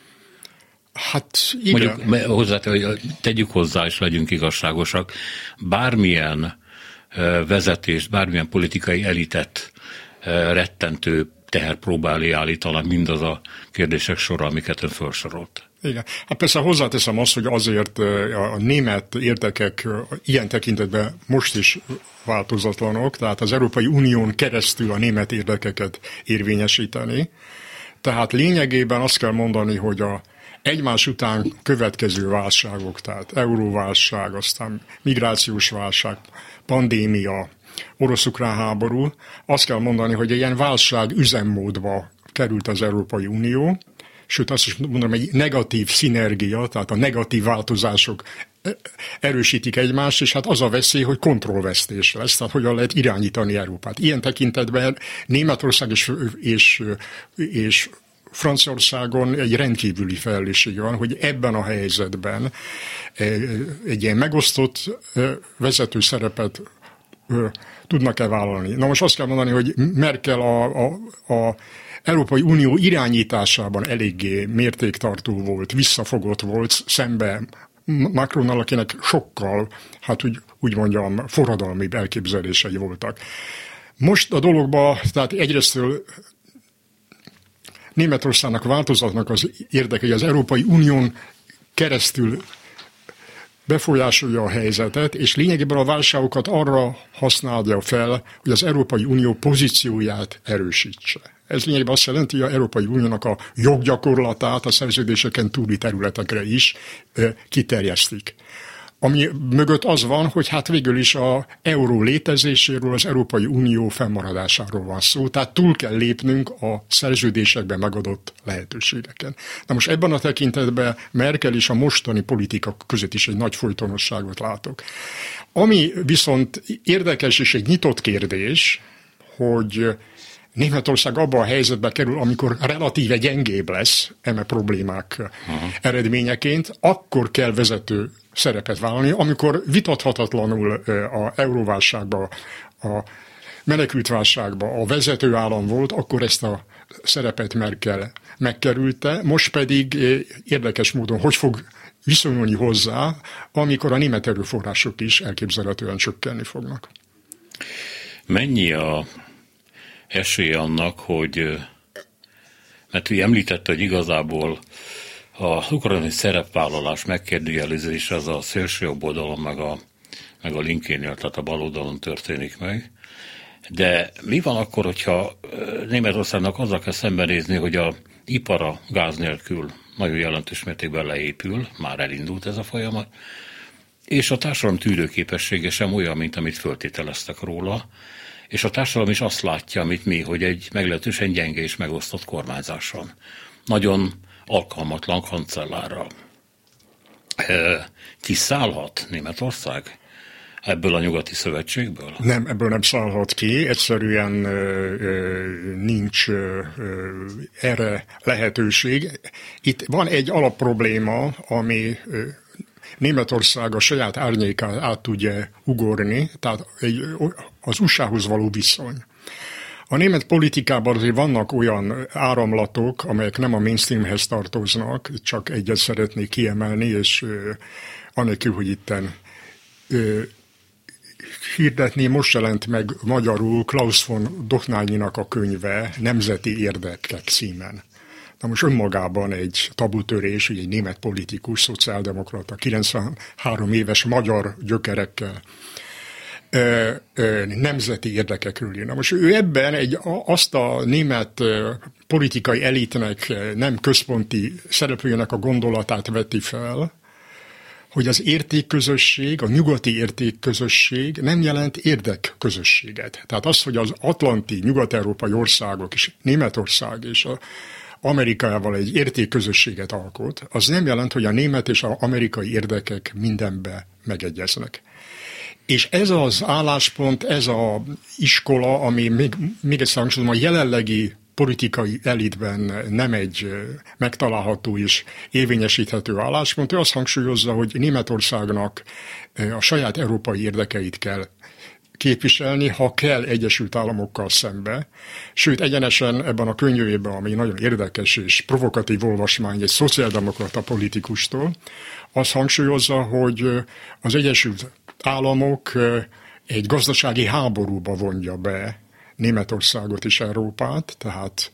Hát igen. Mondjuk hozzá, hogy tegyük hozzá, és legyünk igazságosak, bármilyen vezetést, bármilyen politikai elitet rettentő teher próbálni állítanak mindaz a kérdések sora, amiket ön felsorolt. Igen. Hát persze hozzáteszem azt, hogy azért a német érdekek ilyen tekintetben most is változatlanok, tehát az Európai Unión keresztül a német érdekeket érvényesíteni. Tehát lényegében azt kell mondani, hogy a egymás után következő válságok, tehát euróválság, aztán migrációs válság, pandémia, orosz-ukrán háború, azt kell mondani, hogy egy ilyen válság üzemmódba került az Európai Unió, sőt azt is mondom, egy negatív szinergia, tehát a negatív változások erősítik egymást, és hát az a veszély, hogy kontrollvesztés lesz, tehát hogyan lehet irányítani Európát. Ilyen tekintetben Németország és, és, és Franciaországon egy rendkívüli felelősség van, hogy ebben a helyzetben egy ilyen megosztott vezető szerepet tudnak-e vállalni. Na most azt kell mondani, hogy Merkel a, a, a Európai Unió irányításában eléggé mértéktartó volt, visszafogott volt szembe Macronnal, akinek sokkal, hát úgy, úgy mondjam, forradalmi elképzelései voltak. Most a dologban, tehát egyrésztől Németországnak változatnak az érdeke, hogy az Európai Unión keresztül befolyásolja a helyzetet, és lényegében a válságokat arra használja fel, hogy az Európai Unió pozícióját erősítse. Ez lényegében azt jelenti, hogy az Európai Uniónak a joggyakorlatát a szerződéseken túli területekre is kiterjesztik. Ami mögött az van, hogy hát végül is az euró létezéséről, az Európai Unió fennmaradásáról van szó, tehát túl kell lépnünk a szerződésekben megadott lehetőségeken. Na most ebben a tekintetben Merkel és a mostani politika között is egy nagy folytonosságot látok. Ami viszont érdekes és egy nyitott kérdés, hogy Németország abban a helyzetbe kerül, amikor relatíve gyengébb lesz eme problémák Aha. eredményeként, akkor kell vezető szerepet vállalni, amikor vitathatatlanul a euróválságban, a menekültválságban a vezető állam volt, akkor ezt a szerepet Merkel megkerülte, most pedig érdekes módon hogy fog viszonyulni hozzá, amikor a német erőforrások is elképzelhetően csökkenni fognak. Mennyi a esély annak, hogy, mert ő említette, hogy igazából az ukrajnai szerepvállalás megkérdőjelezés az a szélső jobb oldalon, meg a, meg a linkénél, tehát a bal oldalon történik meg. De mi van akkor, hogyha Németországnak azzal kell szembenézni, hogy a ipara gáz nélkül nagyon jelentős mértékben leépül, már elindult ez a folyamat, és a társadalom tűrőképessége sem olyan, mint amit föltételeztek róla, és a társadalom is azt látja, amit mi, hogy egy meglehetősen gyenge és megosztott kormányzás van. Nagyon alkalmatlan kancellárral. Kiszállhat Németország Ebből a nyugati szövetségből? Nem, ebből nem szállhat ki, egyszerűen ö, ö, nincs ö, erre lehetőség. Itt van egy alapprobléma, ami ö, Németország a saját árnyékát át tudja ugorni, tehát egy, az u es á-hoz való viszony. A német politikában azért vannak olyan áramlatok, amelyek nem a mainstreamhez tartoznak, csak egyet szeretnék kiemelni, és ö, anélkül, hogy itten ö, hirdetni, most jelent meg magyarul Klaus von Dochnányinak a könyve Nemzeti érdekek címen. Na most önmagában egy tabutörés, ugye egy német politikus, szociáldemokrata, kilencvenhárom éves magyar gyökerekkel ö, ö, nemzeti érdekekről ír. Na most ő ebben egy, azt a német politikai elitnek, nem központi szereplőjének a gondolatát veti fel, hogy az értékközösség, a nyugati értékközösség nem jelent érdekközösséget. Tehát az, hogy az atlanti, nyugat-európai országok és Németország és a Amerikával egy értékközösséget alkot, az nem jelent, hogy a német és az amerikai érdekek mindenbe megegyeznek. És ez az álláspont, ez az iskola, ami még, még egyszer hangsúlyozom, a jelenlegi politikai elitben nem egy megtalálható és érvényesíthető álláspont, ő azt hangsúlyozza, hogy Németországnak a saját európai érdekeit kell képviselni, ha kell Egyesült Államokkal szembe. Sőt, egyenesen ebben a könyvében, ami nagyon érdekes és provokatív olvasmány egy szociáldemokrata politikustól, azt hangsúlyozza, hogy az Egyesült Államok egy gazdasági háborúba vonja be Németországot és Európát, tehát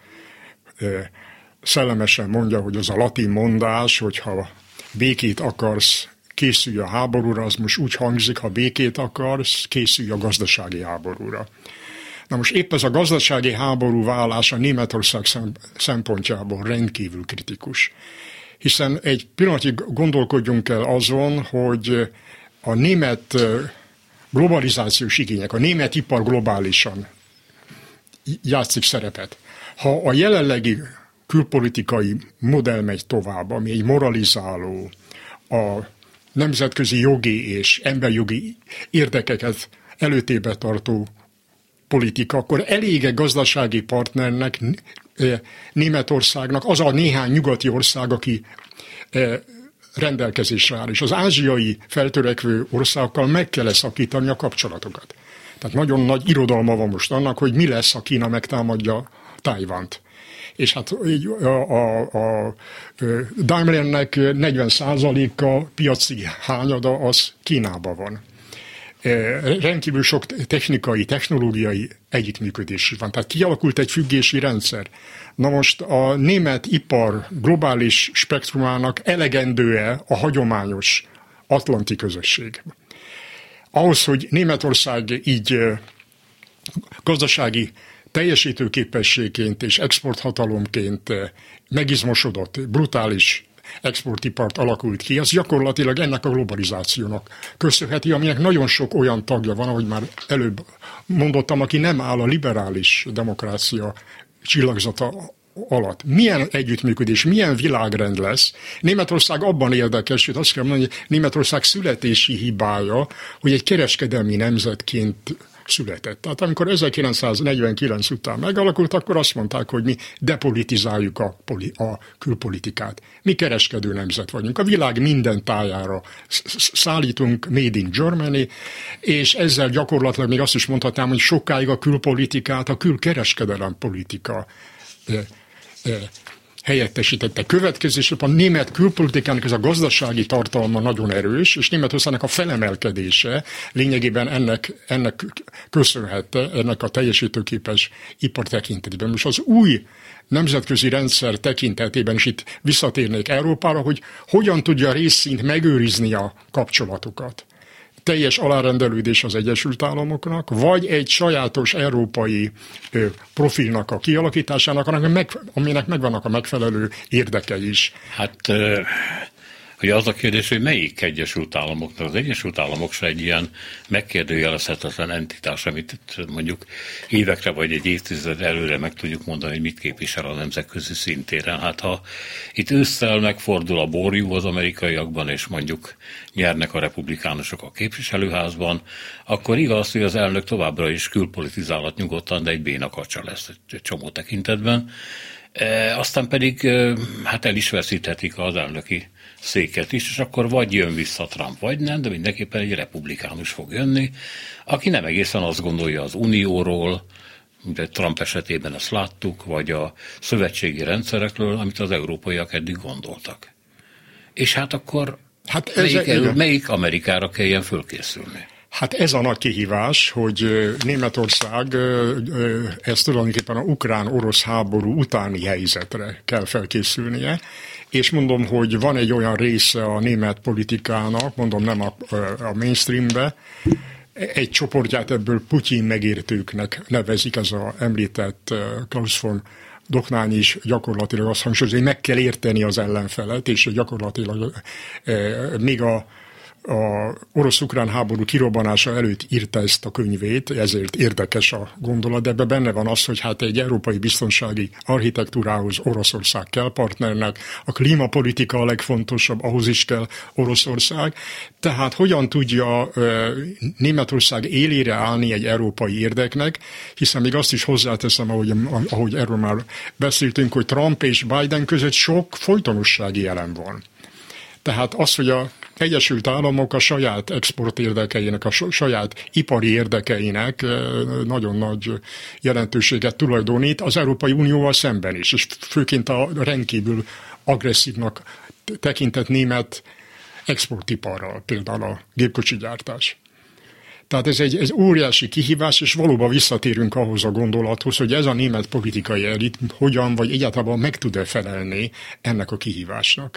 szellemesen mondja, hogy az a latin mondás, hogyha békét akarsz, készülj a háborúra, az most úgy hangzik, ha békét akarsz, készülj a gazdasági háborúra. Na most épp ez a gazdasági háború válása Németország szempontjából rendkívül kritikus. Hiszen egy pillanatig gondolkodjunk el azon, hogy a német globalizációs igények, a német ipar globálisan játszik szerepet. Ha a jelenlegi külpolitikai modell megy tovább, ami egy moralizáló, a nemzetközi jogi és emberjogi érdekeket előtébe tartó politika, akkor elég egy gazdasági partnernek, Németországnak az a néhány nyugati ország, aki rendelkezésre áll. És az ázsiai feltörekvő országokkal meg kell szakítani a kapcsolatokat. Tehát nagyon nagy irodalma van most annak, hogy mi lesz, ha Kína megtámadja Tajvant. És hát a, a, a Daimlernek negyven százaléka piaci hányada az Kínában van. Rendkívül sok technikai, technológiai együttműködés van. Tehát kialakult egy függési rendszer. Na most a német ipar globális spektrumának elegendő-e a hagyományos atlanti közösség? Ahhoz, hogy Németország így gazdasági teljesítőképességként és exporthatalomként megizmosodott, brutális exportipart alakult ki, az gyakorlatilag ennek a globalizációnak köszönheti, aminek nagyon sok olyan tagja van, ahogy már előbb mondottam, aki nem áll a liberális demokrácia csillagzata alatt. Milyen együttműködés, milyen világrend lesz? Németország abban érdekes, hogy azt kell mondani, hogy Németország születési hibája, hogy egy kereskedelmi nemzetként született. Tehát amikor ezerkilencszáznegyvenkilenc után megalakult, akkor azt mondták, hogy mi depolitizáljuk a, poli, a külpolitikát. Mi kereskedő nemzet vagyunk. A világ minden tájára szállítunk Made in Germany, és ezzel gyakorlatilag még azt is mondhatnám, hogy sokáig a külpolitikát a külkereskedelem politika e, e, helyettesítette. Következésre a német külpolitikának ez a gazdasági tartalma nagyon erős, és Németországnak a felemelkedése lényegében ennek, ennek köszönhette, ennek a teljesítőképes ipar tekintetében. Most az új nemzetközi rendszer tekintetében is itt visszatérnék Európára, hogy hogyan tudja részszint megőrizni a kapcsolatokat. Teljes alárendelődés az Egyesült Államoknak, vagy egy sajátos európai ö, profilnak a kialakításának, aminek megvannak a megfelelő érdekei is. Hát ö, hogy az a kérdés, hogy melyik Egyesült Államoknak. Az Egyesült Államok se egy ilyen megkérdőjelezhetetlen entitás, amit mondjuk évekre vagy egy évtized előre meg tudjuk mondani, hogy mit képvisel a nemzetközi szintéren. Hát ha itt ősszel megfordul a borjú az amerikaiakban, és mondjuk nyernek a republikánusok a képviselőházban, akkor igaz, hogy az elnök továbbra is külpolitizálhat nyugodtan, de egy bénakacsa lesz egy csomó tekintetben. E, aztán pedig hát el is veszíthetik az elnöki széket is, és akkor vagy jön vissza Trump, vagy nem, de mindenképpen egy republikánus fog jönni, aki nem egészen azt gondolja az unióról, ugye Trump esetében ezt láttuk, vagy a szövetségi rendszerekről, amit az európaiak eddig gondoltak. És hát akkor hát ez melyik, el, melyik Amerikára kelljen fölkészülni? Hát ez a nagy kihívás, hogy Németország ezt tulajdonképpen a ukrán-orosz háború utáni helyzetre kell felkészülnie, és mondom, hogy van egy olyan része a német politikának, mondom nem a, a mainstreambe, egy csoportját ebből Putyin megértőknek nevezik, ez az említett Klaus von Dohnányi is gyakorlatilag azt hangsúlyozza, hogy meg kell érteni az ellenfelet, és gyakorlatilag még a A orosz-ukrán háború kirobbanása előtt írta ezt a könyvét, ezért érdekes a gondolat, de ebben benne van az, hogy hát egy európai biztonsági architektúrához Oroszország kell partnernek, a klímapolitika a legfontosabb, ahhoz is kell Oroszország. Tehát hogyan tudja Németország élére állni egy európai érdeknek, hiszen még azt is hozzáteszem, ahogy, ahogy erről már beszéltünk, hogy Trump és Biden között sok folytonossági jelen van. Tehát az, hogy a Egyesült Államok a saját export érdekeinek, a saját ipari érdekeinek nagyon nagy jelentőséget tulajdonít az Európai Unióval szemben is, és főként a rendkívül agresszívnak tekintett német exportiparral, például a gépkocsi gyártás. Tehát ez egy ez óriási kihívás, és valóban visszatérünk ahhoz a gondolathoz, hogy ez a német politikai elit hogyan, vagy egyáltalán meg tud-e felelni ennek a kihívásnak.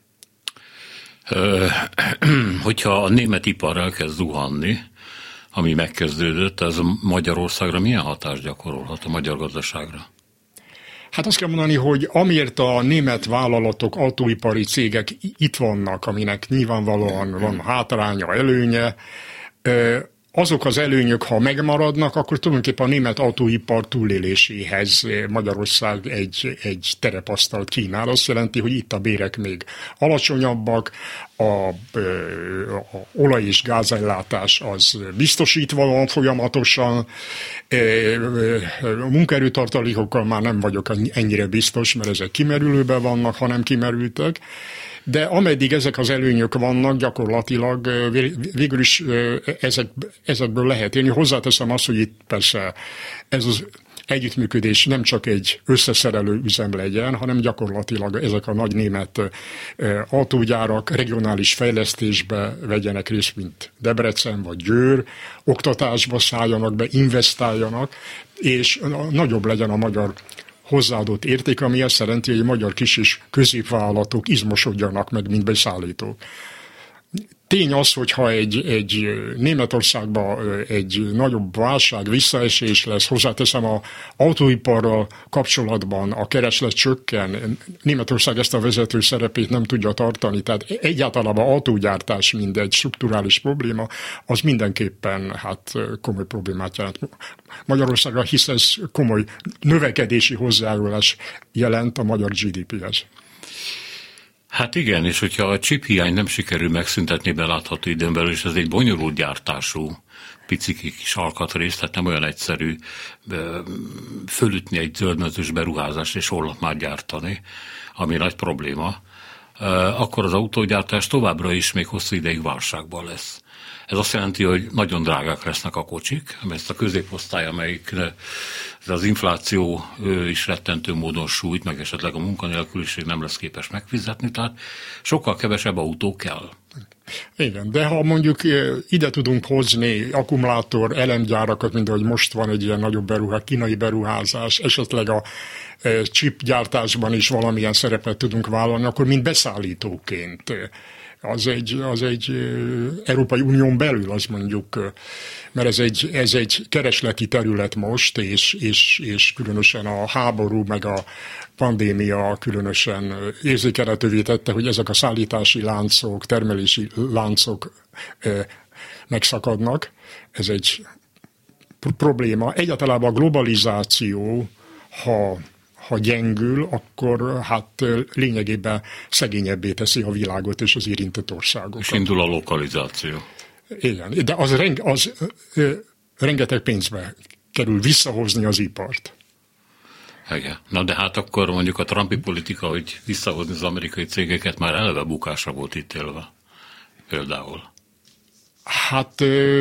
Hogyha a német ipar elkezd zuhanni, ami megkezdődött, ez Magyarországra milyen hatást gyakorolhat, a magyar gazdaságra? Hát azt kell mondani, hogy amiért a német vállalatok, autóipari cégek itt vannak, aminek nyilvánvalóan van hátránya, előnye, azok az előnyök, ha megmaradnak, akkor tulajdonképpen a német autóipar túléléséhez Magyarország egy, egy terepasztalt kínál. Azt jelenti, hogy itt a bérek még alacsonyabbak, a, a olaj- és gázellátás az biztosítva van folyamatosan, a munkaerőtartalékokkal már nem vagyok ennyire biztos, mert ezek kimerülőben vannak, ha nem kimerültek. De ameddig ezek az előnyök vannak, gyakorlatilag végül is ezek, ezekből lehet élni. Hozzáteszem azt, hogy itt persze ez az együttműködés nem csak egy összeszerelő üzem legyen, hanem gyakorlatilag ezek a nagy német autógyárak regionális fejlesztésbe vegyenek részt, mint Debrecen vagy Győr, oktatásba szálljanak be, investáljanak, és nagyobb legyen a magyar hozzáadott érték, ami azt jelenti, hogy a magyar kis és középvállalatok izmosodjanak meg, mint beszállítók. Tény az, hogyha egy, egy Németországban egy nagyobb válság, visszaesés lesz, hozzáteszem az autóiparral kapcsolatban a kereslet csökken, Németország ezt a vezető szerepét nem tudja tartani, tehát egyáltalán autógyártás, mint egy strukturális probléma, az mindenképpen hát komoly problémát jelent Magyarországra, hisz ez komoly növekedési hozzájárulás jelent a magyar gé dé péhez. Hát igen, és hogyha a chip hiány nem sikerül megszüntetni belátható időn belül, és ez egy bonyolult gyártású, piciki kis alkatrész, tehát nem olyan egyszerű fölütni egy zöldmezős beruházást és orlatmát gyártani, ami nagy probléma, akkor az autógyártás továbbra is még hosszú ideig válságban lesz. Ez azt jelenti, hogy nagyon drágák lesznek a kocsik, ezt a középosztály, amelyik az infláció is rettentő módon sújt, meg esetleg a munkanélküliség nem lesz képes megfizetni, tehát sokkal kevesebb autó kell. Igen, de ha mondjuk ide tudunk hozni akkumulátor elemgyárakat, mint ahogy most van egy ilyen nagyobb beruházás, kínai beruházás, esetleg a chip gyártásban is valamilyen szerepet tudunk vállalni, akkor mind beszállítóként Az egy, az egy Európai Unión belül, az mondjuk, mert ez egy, ez egy keresleti terület most, és, és, és különösen a háború meg a pandémia különösen érzékelhetővé tette, hogy ezek a szállítási láncok, termelési láncok megszakadnak. Ez egy probléma. Egyáltalán a globalizáció, ha, ha gyengül, akkor hát lényegében szegényebbé teszi a világot és az érintett országokat. És indul a lokalizáció. Igen, de az, reng, az ö, rengeteg pénzbe kerül visszahozni az ipart. Igen. Na de hát akkor mondjuk a trumpi politika, hogy visszahozni az amerikai cégeket, már eleve bukásra volt ítélve. Például. Hát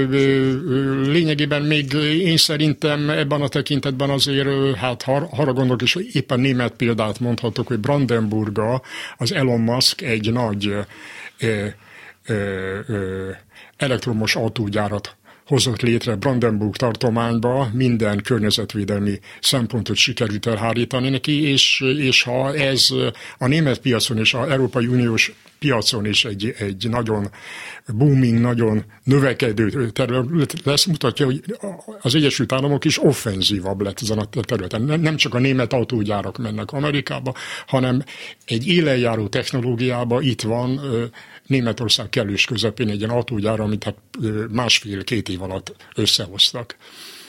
lényegében még én szerintem ebben a tekintetben azért, hát arra gondolok, és éppen német példát mondhatok, hogy Brandenburga, az Elon Musk egy nagy ö, ö, ö, elektromos autógyárat hozott létre Brandenburg tartományba, minden környezetvédelmi szempontot sikerült elhárítani neki, és, és ha ez a német piacon és az Európai Uniós piacon is egy, egy nagyon booming, nagyon növekedő terület lesz, mutatja, hogy az Egyesült Államok is offenzívabb lett ezen a területen. Nem csak a német autógyárak mennek Amerikába, hanem egy élenjáró technológiába itt van Németország kellős közepén egy ilyen autógyár, amit hát másfél-két év alatt összehoztak.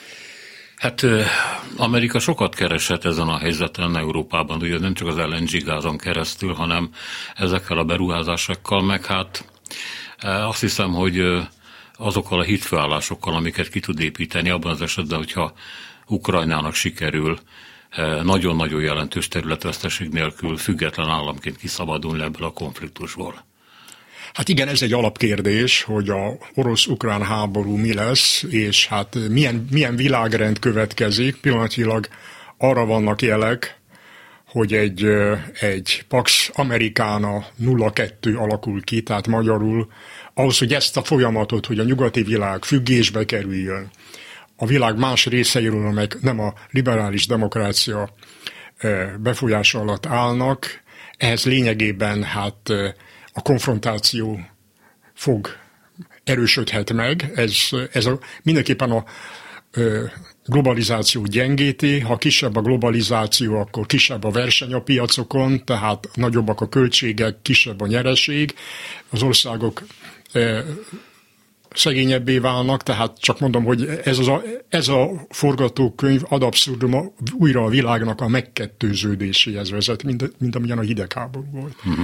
Hát Amerika sokat keresett ezen a helyzeten Európában, ugye nem csak az el en gé gázon keresztül, hanem ezekkel a beruházásokkal, meg hát azt hiszem, hogy azokkal a hitfőállásokkal, amiket ki tud építeni abban az esetben, hogyha Ukrajnának sikerül nagyon-nagyon jelentős területveszteség nélkül független államként kiszabadulni ebből a konfliktusból. Hát igen, ez egy alapkérdés, hogy a orosz-ukrán háború mi lesz, és hát milyen, milyen világrend következik. Pillanatilag arra vannak jelek, hogy egy, egy Pax Americana nulla kettő alakul ki, tehát magyarul ahhoz, hogy ezt a folyamatot, hogy a nyugati világ függésbe kerüljön, a világ más részeiről, amelyek nem a liberális demokrácia befolyása alatt állnak, ehhez lényegében hát a konfrontáció fog erősödhet meg. Ez, ez a, mindenképpen a ö, globalizáció gyengíti. Ha kisebb a globalizáció, akkor kisebb a verseny a piacokon, tehát nagyobbak a költségek, kisebb a nyereség. Az országok ö, szegényebbé válnak, tehát csak mondom, hogy ez, az a, ez a forgatókönyv ad abszurdum újra a világnak a megkettőződéséhez vezet, mint, mint amilyen a hidegháború volt. Uh-huh.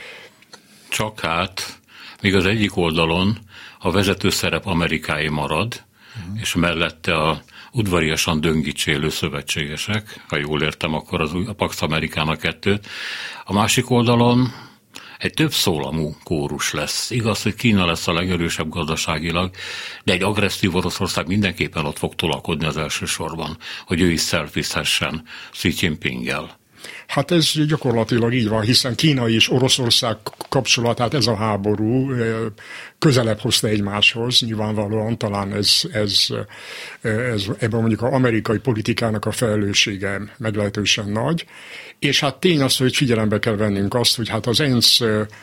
Csak hát, míg az egyik oldalon a vezető szerep amerikai marad, uh-huh. és mellette a udvariasan döngítsélő szövetségesek, ha jól értem, akkor az a Pax Americana kettőt. A másik oldalon egy több szólamú kórus lesz. Igaz, hogy Kína lesz a legerősebb gazdaságilag, de egy agresszív Oroszország mindenképpen ott fog tolakodni az első sorban, hogy ő is szelfizhessen Xi Jinpinggel. Hát ez gyakorlatilag így van, hiszen Kína és Oroszország kapcsolatát ez a háború közelebb hozta egymáshoz, nyilvánvalóan talán ez, ez, ez ebben mondjuk az amerikai politikának a felelőssége meglehetősen nagy, és hát tény az, hogy figyelembe kell vennünk azt, hogy hát az ENSZ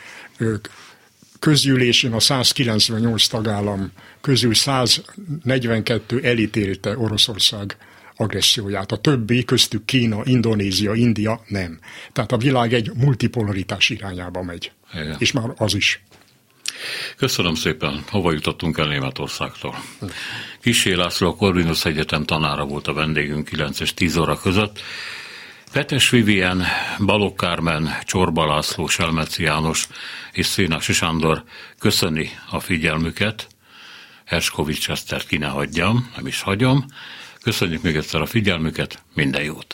közgyűlésén a száz kilencvennyolc tagállam közül száz negyvenkettő elítélte Oroszország agresszióját. A többi, köztük Kína, Indonézia, India nem. Tehát a világ egy multipolaritás irányába megy. Igen. És már az is. Köszönöm szépen. Hova jutottunk el Németországtól? Kissé László, a Corvinus Egyetem tanára volt a vendégünk kilenc és tíz óra között. Petes Vivien, Balogh Kármen, Csorba László, Selmeci János és Szénási Sándor köszöni a figyelmüket. Herskovics Esztert ki ne hagyjam, nem is hagyom. Köszönjük még egyszer a figyelmüket, minden jót!